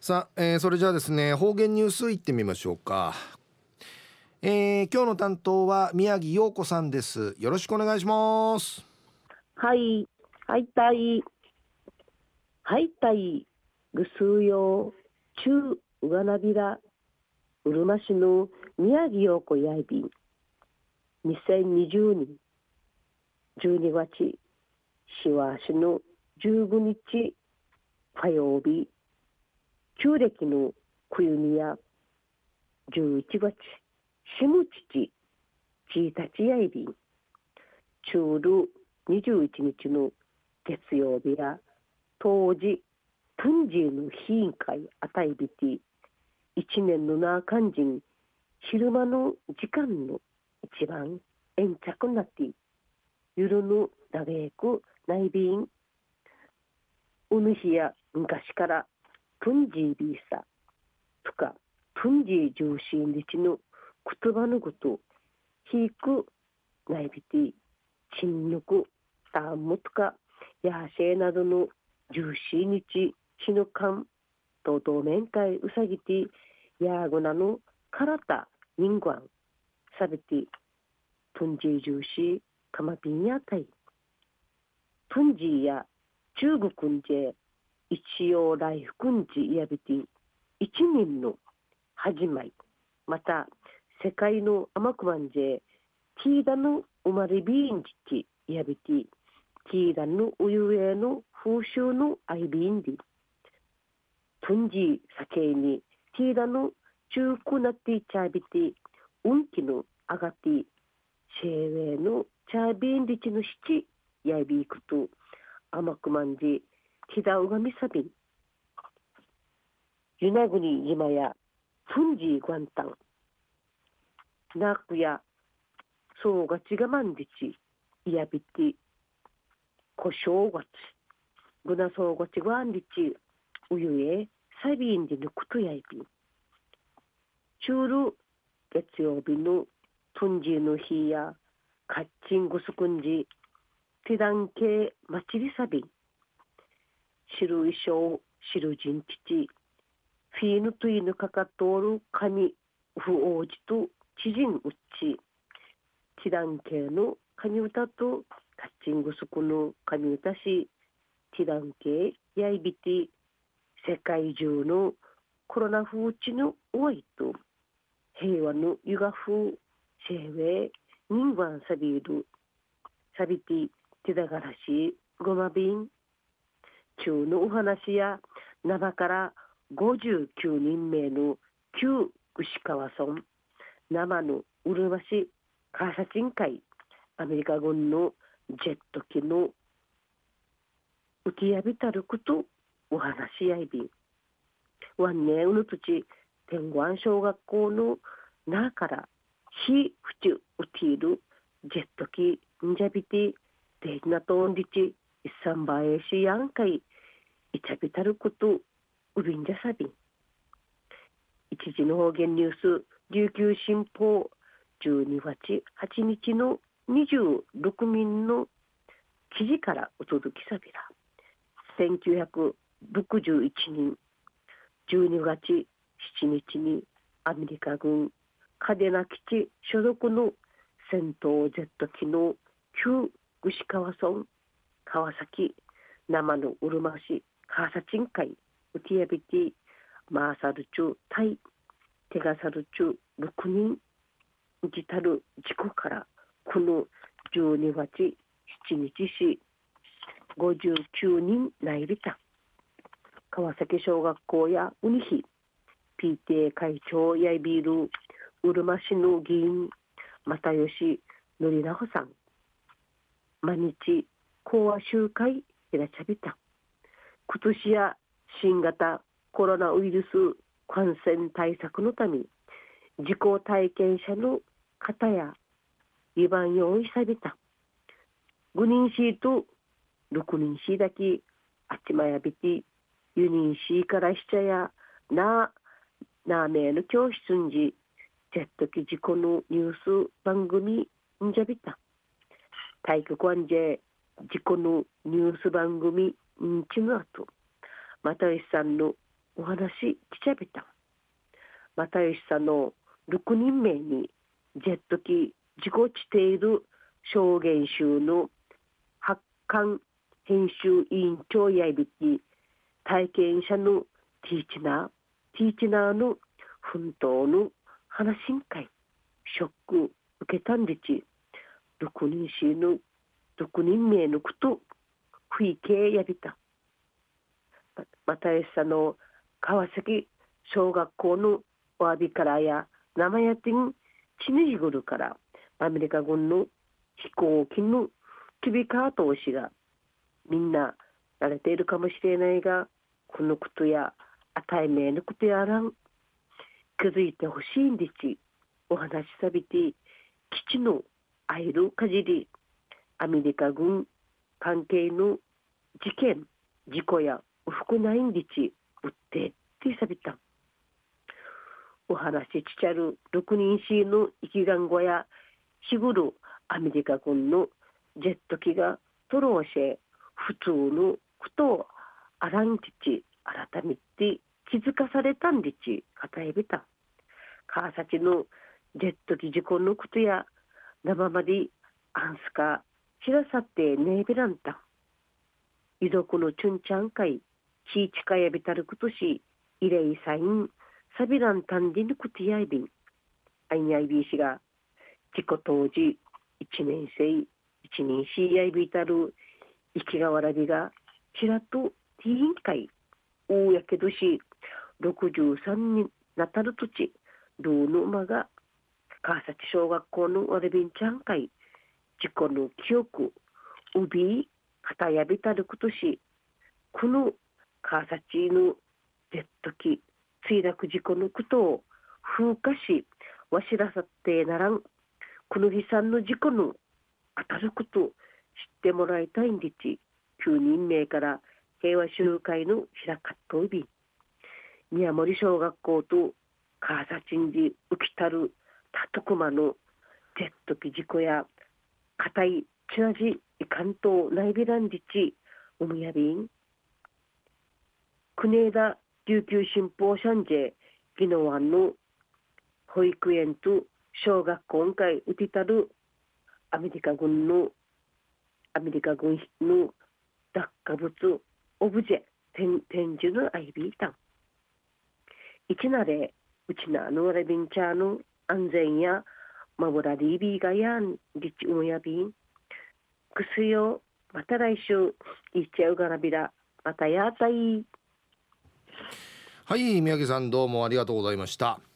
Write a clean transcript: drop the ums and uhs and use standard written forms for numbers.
さあ、それじゃあですね、方言ニュースいってみましょうか。今日の担当は宮城陽子さんです。よろしくお願いします。 はい、はいたい、はいたい、ぐすうよう、ちゅう、うがなびら、うるま市の宮城陽子やいびん、2020年12月、しわしの15日、火曜日、旧暦の冬にや11月、しむちち、ちいたちやいびん、ちゅうる21日の月曜日や、当時、トンジーの委員会あたいびて、一年のなかんじん、昼間の時間の一番延着なって、ゆるぬ長く内便、うぬひや昔からトンジービーサとか、トンジー重心日の言葉のこと、ひく内びて、ちんぬく、たむとか、やせなどの重心日、しぬかん、と同面会うさぎて、やぐなのからた人間さびて、トンジー重視かまびんやたい。トンジーや中国んじ一応来福んじやびて、一年の始まり、また世界の甘くまんじティーダの生まれびんじちやびて、ティーダのおゆえの風習のあいびんで、トンジー酒にティーダの中古なっていちゃびて、運気の上がって、シェーウェイのチャービンリチの七やびいくと、甘くまんじ、ティダウがみさびん、ユナグニ今や、トンジーグワンタン、ナクや、そうがちがまんりち、やびて、こしょうがち、ぐなそうがちがんりち、うゆえ、サビンでぬくとやいびん。チュール月曜日のトンジーの日やカッチングスクンジティダン系マチリサビンシルイショウシルジンチチフィーヌトゥイヌカカトールカニフオージとチジンウッチティダン系のカニウタとカッチングスクのカニウタしティダン系やいびて世界中のコロナ風地の多いと平和のゆがふシェーウェイ人間サビルサビティティダガラシゴマビン中のお話や生から59人目の旧牛川村生のうるま市カーサチン会アメリカ軍のジェット機の浮きやびたることお話やいびんワンネウヌ土地天安小学校の中から非不中ウティールジェット機ンジャビティデーナトンリチイッサンバエシヤンカイイチャビタルクトウビンジャサビン一時の方言ニュース琉球新報12月8日の26民の記事からお届けさびら1961年12月7日にアメリカ軍嘉手納基地所属の戦闘ジェット機の旧牛川村川崎生のうるま市川崎ん会ウティアビティマーサルチュタイテガサルチュ6人自たる事故からこの12月7日し59人内びた川崎小学校やウニヒ PTA 会長やいびるうるま市の議員又吉のりなほさん毎日講話集会いらちゃびた今年や新型コロナウイルス感染対策のため自己体験者の方や2番用意さびた5人シート6人シーだけあっちまやびてユニンシーからしちゃやなーめの教室んじジェット機事故のニュース番組んじゃびた体育館で事故のニュース番組んちのあと又吉さんのお話きちゃびた。又吉さんの6人目にジェット機事故している証言集の発刊編集委員長やいびき体験者のティーチナーの奮闘の話しん会ショック受けたんでち6人しの6人名のこと不意形やびた。またえさの川崎小学校のおわびからや生やてんチヌジグルからアメリカ軍の飛行機のキビカー投資がみんな慣れているかもしれないが、このことや与え名のことやらん気づいてほしいんでちお話しさびて基地のアイルかじりアメリカ軍関係の事件事故や不服ないんでちうってってさびたお話しちちゃる6人しの生きがんごやしぐるアメリカ軍のジェット機がトローシェ普通のことをあらんちち改めて気づかされたんでちかたえびた川崎のジェット機事故のことや生までアンスカ知らさってねえびらんた遺族のチュンチャン会チーチカやびたることしイレイサインサビランタンディヌクティアイビンアイニャイビー氏が事故当時1年生一人しやいびたる生きがわらびがちらとティーン会大やけどし63になたる土地ルーの馬が川崎小学校のわらびんちゃん会事故の記憶うびかたやびたることしこの川崎のジェット機墜落事故のことを風化しわしらさってならんこの悲惨の事故の当たること知ってもらいたいんでち9人名から平和集会の開かっといび宮森小学校と川崎に起きたるたとくまのジェット機事故や固いちなじいかんとないびらんじちおむやびん国枝琉球新報シャンジェ宜野湾の保育園と小学校会うてたるアメリカ軍の落下物オブジェ展示のアイビータン一なれうちなのレビンチャーの安全やマブラリービーガヤンリチウムヤビンくすよまた来週いっちゃうがらびらまたやたい。 はい、宮城さんどうもありがとうございました。